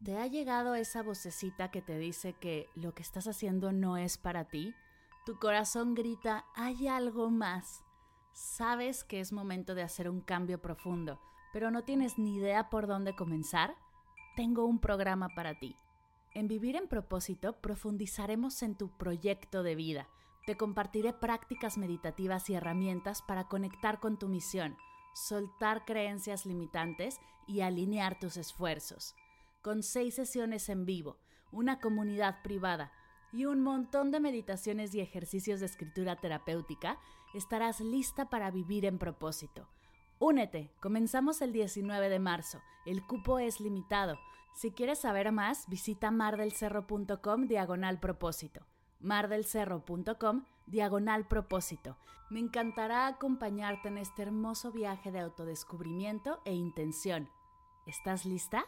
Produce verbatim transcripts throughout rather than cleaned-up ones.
¿Te ha llegado esa vocecita que te dice que lo que estás haciendo no es para ti? Tu corazón grita, hay algo más. Sabes que es momento de hacer un cambio profundo, pero no tienes ni idea por dónde comenzar. Tengo un programa para ti. En Vivir en Propósito profundizaremos en tu proyecto de vida. Te compartiré prácticas meditativas y herramientas para conectar con tu misión, soltar creencias limitantes y alinear tus esfuerzos. Con seis sesiones en vivo, una comunidad privada y un montón de meditaciones y ejercicios de escritura terapéutica, estarás lista para vivir en propósito. Únete, comenzamos el diecinueve de marzo, el cupo es limitado. Si quieres saber más, visita mardelcerro.com diagonal propósito. mardelcerro.com diagonal propósito. Me encantará acompañarte en este hermoso viaje de autodescubrimiento e intención. ¿Estás lista?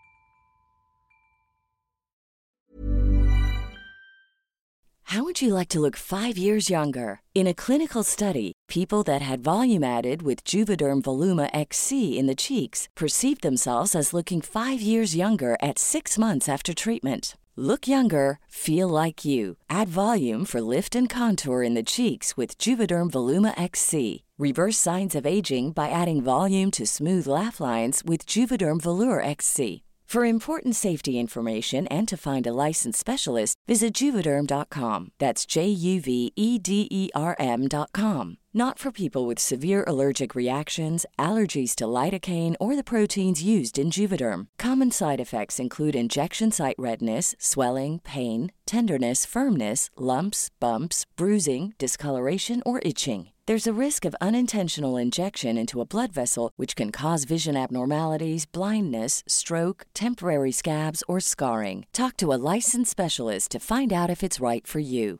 How would you like to look five years younger? In a clinical study, people that had volume added with Juvederm Voluma X C in the cheeks perceived themselves as looking five years younger at six months after treatment. Look younger, feel like you. Add volume for lift and contour in the cheeks with Juvederm Voluma X C. Reverse signs of aging by adding volume to smooth laugh lines with Juvederm Volure X C. For important safety information and to find a licensed specialist, visit Juvederm dot com. That's J U V E D E R M dot com. Not for people with severe allergic reactions, allergies to lidocaine, or the proteins used in Juvederm. Common side effects include injection site redness, swelling, pain, tenderness, firmness, lumps, bumps, bruising, discoloration, or itching. There's a risk of unintentional injection into a blood vessel, which can cause vision abnormalities, blindness, stroke, temporary scabs, or scarring. Talk to a licensed specialist to find out if it's right for you.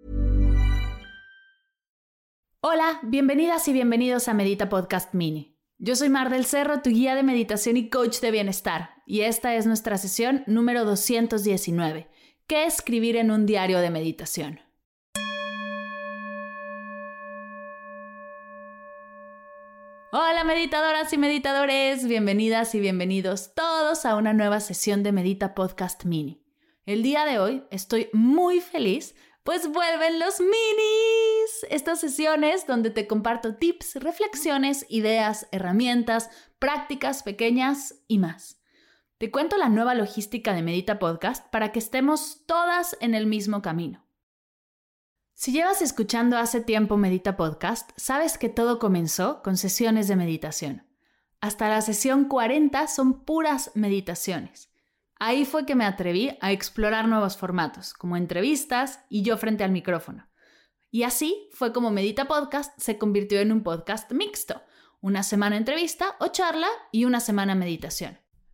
Hola, bienvenidas y bienvenidos a Medita Podcast Mini. Yo soy Mar del Cerro, tu guía de meditación y coach de bienestar, y esta es nuestra sesión número doscientos diecinueve, ¿qué escribir en un diario de meditación? Hola meditadoras y meditadores, bienvenidas y bienvenidos todos a una nueva sesión de Medita Podcast Mini. El día de hoy estoy muy feliz, pues vuelven los minis, estas sesiones donde te comparto tips, reflexiones, ideas, herramientas, prácticas pequeñas y más. Te cuento la nueva logística de Medita Podcast para que estemos todas en el mismo camino. Si llevas escuchando hace tiempo Medita Podcast, sabes que todo comenzó con sesiones de meditación. Hasta la sesión cuarenta son puras meditaciones. Ahí fue que me atreví a explorar nuevos formatos, como entrevistas y yo frente al micrófono. Y así fue como Medita Podcast se convirtió en un podcast mixto, una semana entrevista o charla y una semana meditación.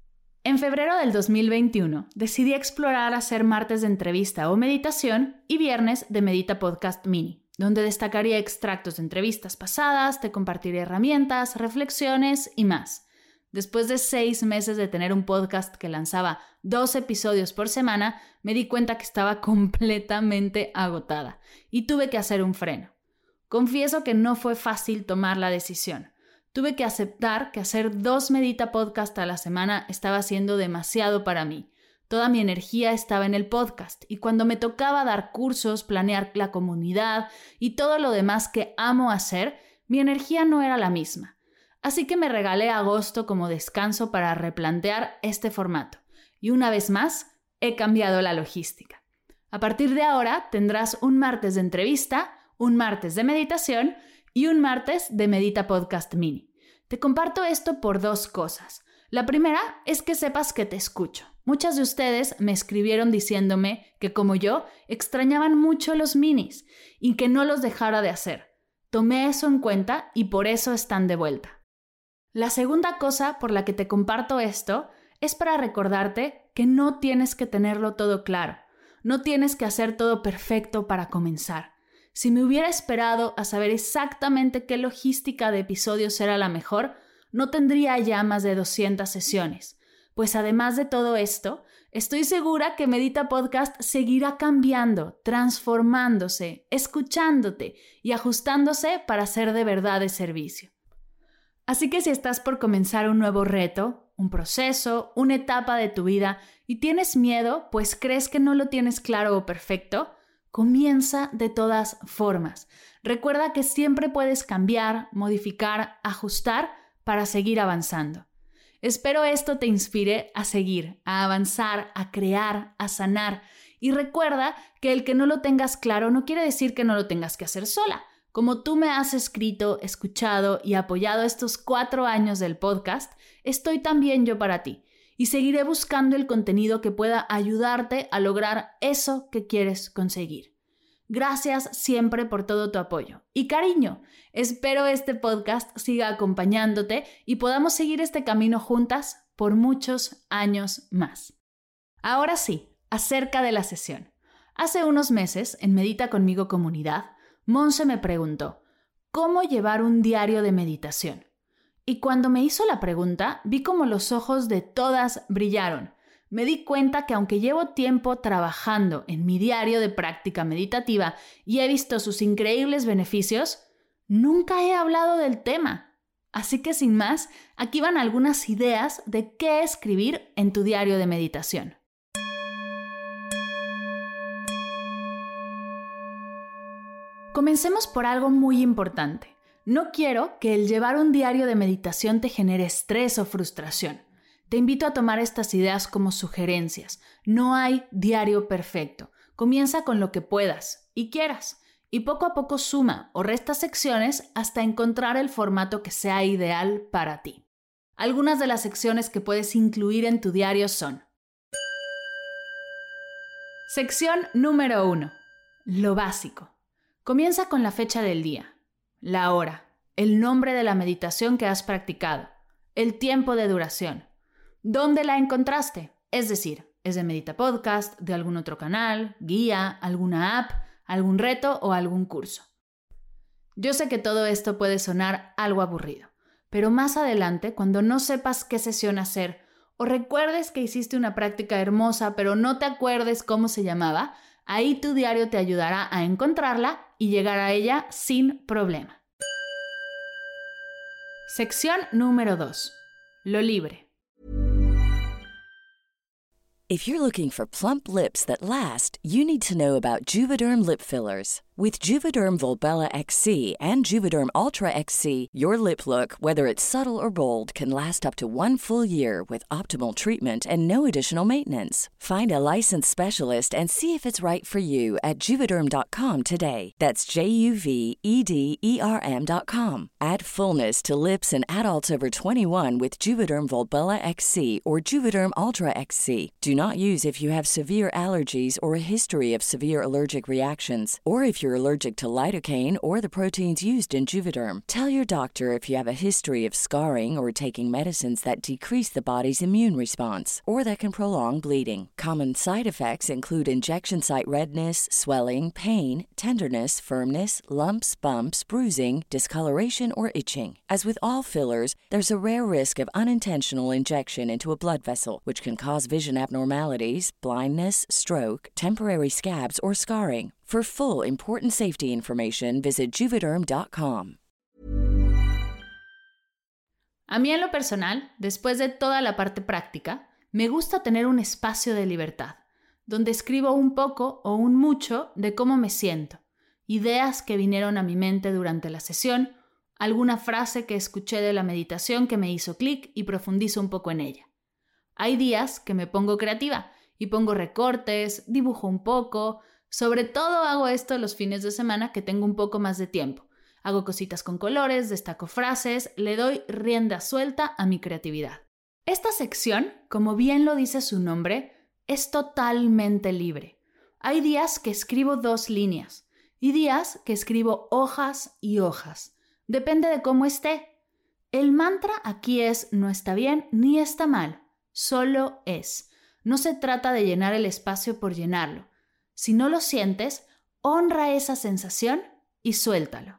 En febrero del dos mil veintiuno decidí explorar hacer martes de entrevista o meditación y viernes de Medita Podcast Mini, donde destacaría extractos de entrevistas pasadas, te compartiré herramientas, reflexiones y más. Después de seis meses de tener un podcast que lanzaba dos episodios por semana, me di cuenta que estaba completamente agotada y tuve que hacer un freno. Confieso que no fue fácil tomar la decisión. Tuve que aceptar que hacer dos Medita Podcast a la semana estaba siendo demasiado para mí. Toda mi energía estaba en el podcast y cuando me tocaba dar cursos, planear la comunidad y todo lo demás que amo hacer, mi energía no era la misma. Así que me regalé agosto como descanso para replantear este formato. Y una vez más, he cambiado la logística. A partir de ahora tendrás un martes de entrevista, un martes de meditación y un martes de Medita Podcast Mini. Te comparto esto por dos cosas. La primera es que sepas que te escucho. Muchas de ustedes me escribieron diciéndome que, como yo, extrañaban mucho los minis y que no los dejara de hacer. Tomé eso en cuenta y por eso están de vuelta. La segunda cosa por la que te comparto esto es para recordarte que no tienes que tenerlo todo claro. No tienes que hacer todo perfecto para comenzar. Si me hubiera esperado a saber exactamente qué logística de episodios era la mejor, no tendría ya más de doscientas sesiones. Pues además de todo esto, estoy segura que Medita Podcast seguirá cambiando, transformándose, escuchándote y ajustándose para ser de verdad de servicio. Así que si estás por comenzar un nuevo reto, un proceso, una etapa de tu vida y tienes miedo, pues crees que no lo tienes claro o perfecto, comienza de todas formas. Recuerda que siempre puedes cambiar, modificar, ajustar para seguir avanzando. Espero esto te inspire a seguir, a avanzar, a crear, a sanar. Y recuerda que el que no lo tengas claro no quiere decir que no lo tengas que hacer sola. Como tú me has escrito, escuchado y apoyado estos cuatro años del podcast, estoy también yo para ti. Y seguiré buscando el contenido que pueda ayudarte a lograr eso que quieres conseguir. Gracias siempre por todo tu apoyo y cariño. Espero este podcast siga acompañándote y podamos seguir este camino juntas por muchos años más. Ahora sí, acerca de la sesión. Hace unos meses, en Medita Conmigo Comunidad, Monse me preguntó, ¿cómo llevar un diario de meditación? Y cuando me hizo la pregunta, vi como los ojos de todas brillaron. Me di cuenta que aunque llevo tiempo trabajando en mi diario de práctica meditativa y he visto sus increíbles beneficios, nunca he hablado del tema. Así que sin más, aquí van algunas ideas de qué escribir en tu diario de meditación. Comencemos por algo muy importante. No quiero que el llevar un diario de meditación te genere estrés o frustración. Te invito a tomar estas ideas como sugerencias. No hay diario perfecto. Comienza con lo que puedas y quieras. Y poco a poco suma o resta secciones hasta encontrar el formato que sea ideal para ti. Algunas de las secciones que puedes incluir en tu diario son: sección número uno. Lo básico. Comienza con la fecha del día, la hora, el nombre de la meditación que has practicado, el tiempo de duración. ¿Dónde la encontraste? Es decir, ¿es de Medita Podcast, de algún otro canal, guía, alguna app, algún reto o algún curso? Yo sé que todo esto puede sonar algo aburrido, pero más adelante, cuando no sepas qué sesión hacer o recuerdes que hiciste una práctica hermosa pero no te acuerdes cómo se llamaba, ahí tu diario te ayudará a encontrarla y llegar a ella sin problema. Sección número dos. Lo libre. If you're looking for plump lips that last, you need to know about Juvederm lip fillers. With Juvederm Volbella X C and Juvederm Ultra X C, your lip look, whether it's subtle or bold, can last up to one full year with optimal treatment and no additional maintenance. Find a licensed specialist and see if it's right for you at Juvederm dot com today. That's J U V E D E R M dot com. Add fullness to lips in adults over twenty-one with Juvederm Volbella X C or Juvederm Ultra X C. Do not use if you have severe allergies or a history of severe allergic reactions, or if you're allergic to lidocaine or the proteins used in Juvederm. Tell your doctor if you have a history of scarring or taking medicines that decrease the body's immune response or that can prolong bleeding. Common side effects include injection site redness, swelling, pain, tenderness, firmness, lumps, bumps, bruising, discoloration, or itching. As with all fillers, there's a rare risk of unintentional injection into a blood vessel, which can cause vision abnormalities, blindness, stroke, temporary scabs, or scarring. For full important safety information, visit Juvederm dot com. A mí en lo personal, después de toda la parte práctica, me gusta tener un espacio de libertad, donde escribo un poco o un mucho de cómo me siento, ideas que vinieron a mi mente durante la sesión, alguna frase que escuché de la meditación que me hizo clic y profundizo un poco en ella. Hay días que me pongo creativa y pongo recortes, dibujo un poco. Sobre todo hago esto los fines de semana que tengo un poco más de tiempo. Hago cositas con colores, destaco frases, le doy rienda suelta a mi creatividad. Esta sección, como bien lo dice su nombre, es totalmente libre. Hay días que escribo dos líneas y días que escribo hojas y hojas. Depende de cómo esté. El mantra aquí es: no está bien ni está mal, solo es. No se trata de llenar el espacio por llenarlo. Si no lo sientes, honra esa sensación y suéltalo.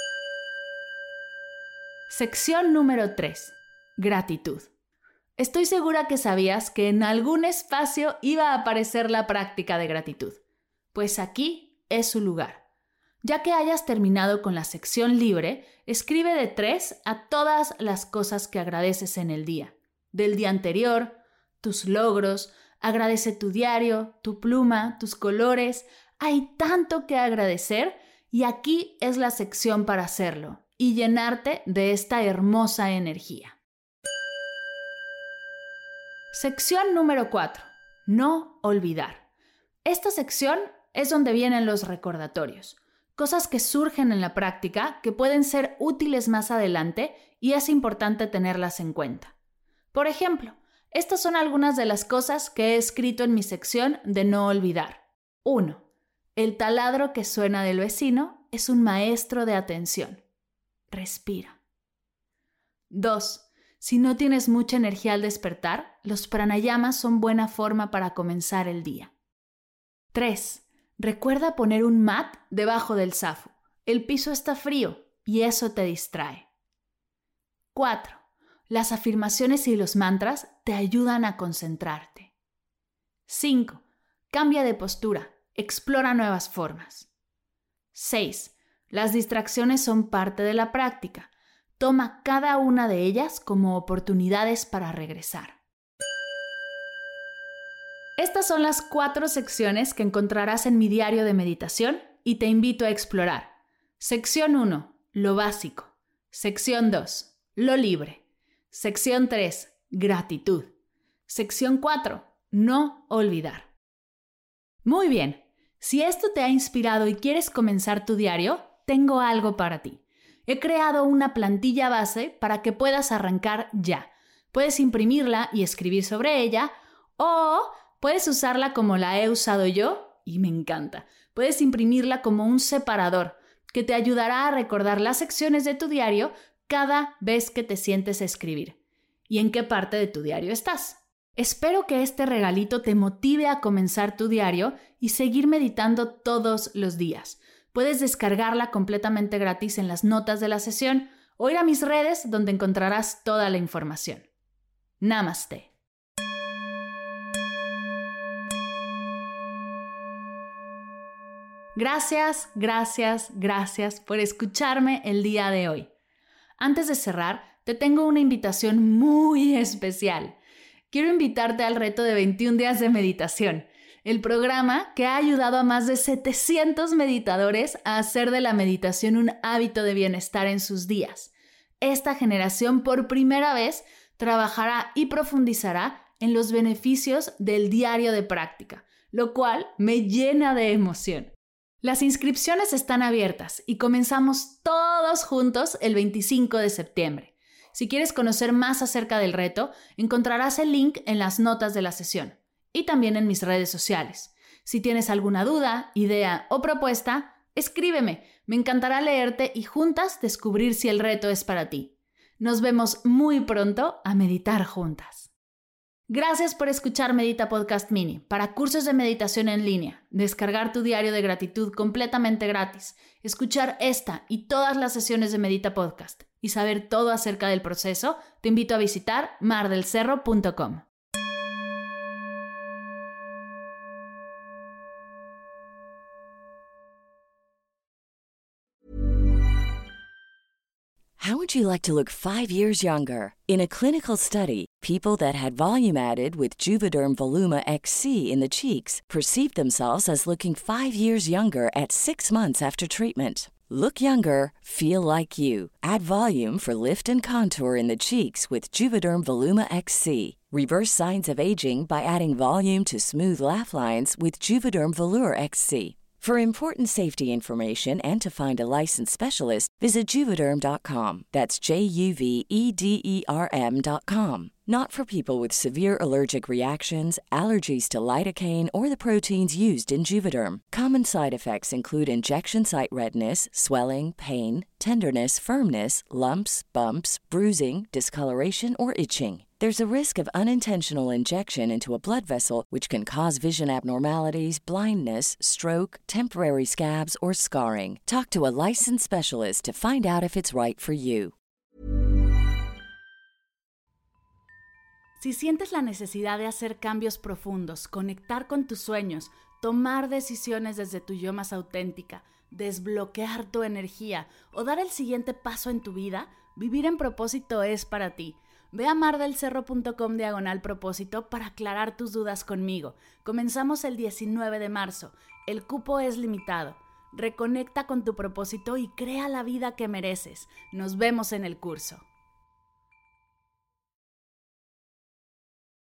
Sección número tres. Gratitud. Estoy segura que sabías que en algún espacio iba a aparecer la práctica de gratitud. Pues aquí es su lugar. Ya que hayas terminado con la sección libre, escribe de tres a todas las cosas que agradeces en el día. del día anterior, tus logros, agradece tu diario, tu pluma, tus colores. Hay tanto que agradecer y aquí es la sección para hacerlo y llenarte de esta hermosa energía. Sección número cuatro. No olvidar. Esta sección es donde vienen los recordatorios, cosas que surgen en la práctica que pueden ser útiles más adelante y es importante tenerlas en cuenta. Por ejemplo, estas son algunas de las cosas que he escrito en mi sección de no olvidar. uno. El taladro que suena del vecino es un maestro de atención. Respira. dos. Si no tienes mucha energía al despertar, los pranayamas son buena forma para comenzar el día. tres. Recuerda poner un mat debajo del zafu. El piso está frío y eso te distrae. cuatro. Las afirmaciones y los mantras te ayudan a concentrarte. cinco. Cambia de postura. Explora nuevas formas. seis. Las distracciones son parte de la práctica. Toma cada una de ellas como oportunidades para regresar. Estas son las cuatro secciones que encontrarás en mi diario de meditación y te invito a explorar. Sección uno. Lo básico. Sección dos. Lo libre. Sección tres. Gratitud. Sección cuatro. No olvidar. Muy bien. Si esto te ha inspirado y quieres comenzar tu diario, tengo algo para ti. He creado una plantilla base para que puedas arrancar ya. Puedes imprimirla y escribir sobre ella o puedes usarla como la he usado yo y me encanta. Puedes imprimirla como un separador que te ayudará a recordar las secciones de tu diario cada vez que te sientes a escribir. ¿Y en qué parte de tu diario estás? Espero que este regalito te motive a comenzar tu diario y seguir meditando todos los días. Puedes descargarla completamente gratis en las notas de la sesión o ir a mis redes donde encontrarás toda la información. Namaste. Gracias, gracias, gracias por escucharme el día de hoy. Antes de cerrar, te tengo una invitación muy especial. Quiero invitarte al reto de veintiún días de meditación, el programa que ha ayudado a más de setecientos meditadores a hacer de la meditación un hábito de bienestar en sus días. Esta generación por primera vez trabajará y profundizará en los beneficios del diario de práctica, lo cual me llena de emoción. Las inscripciones están abiertas y comenzamos todos juntos el veinticinco de septiembre. Si quieres conocer más acerca del reto, encontrarás el link en las notas de la sesión y también en mis redes sociales. Si tienes alguna duda, idea o propuesta, escríbeme. Me encantará leerte y juntas descubrir si el reto es para ti. Nos vemos muy pronto a meditar juntas. Gracias por escuchar Medita Podcast Mini. Para cursos de meditación en línea, descargar tu diario de gratitud completamente gratis, escuchar esta y todas las sesiones de Medita Podcast y saber todo acerca del proceso, te invito a visitar mar del cerro punto com. How would you like to look five years younger? In a clinical study, people that had volume added with Juvederm Voluma X C in the cheeks perceived themselves as looking five years younger at six months after treatment. Look younger, feel like you. Add volume for lift and contour in the cheeks with Juvederm Voluma X C. Reverse signs of aging by adding volume to smooth laugh lines with Juvederm Volure X C. For important safety information and to find a licensed specialist, visit Juvederm dot com. That's J U V E D E R M dot com. Not for people with severe allergic reactions, allergies to lidocaine, or the proteins used in Juvederm. Common side effects include injection site redness, swelling, pain, tenderness, firmness, lumps, bumps, bruising, discoloration, or itching. There's a risk of unintentional injection into a blood vessel, which can cause vision abnormalities, blindness, stroke, temporary scabs, or scarring. Talk to a licensed specialist to find out if it's right for you. Si sientes la necesidad de hacer cambios profundos, conectar con tus sueños, tomar decisiones desde tu yo más auténtica, desbloquear tu energía o dar el siguiente paso en tu vida, Vivir en Propósito es para ti. Ve a mardelcerro.com diagonal propósito para aclarar tus dudas conmigo. Comenzamos el diecinueve de marzo. El cupo es limitado. Reconecta con tu propósito y crea la vida que mereces. Nos vemos en el curso.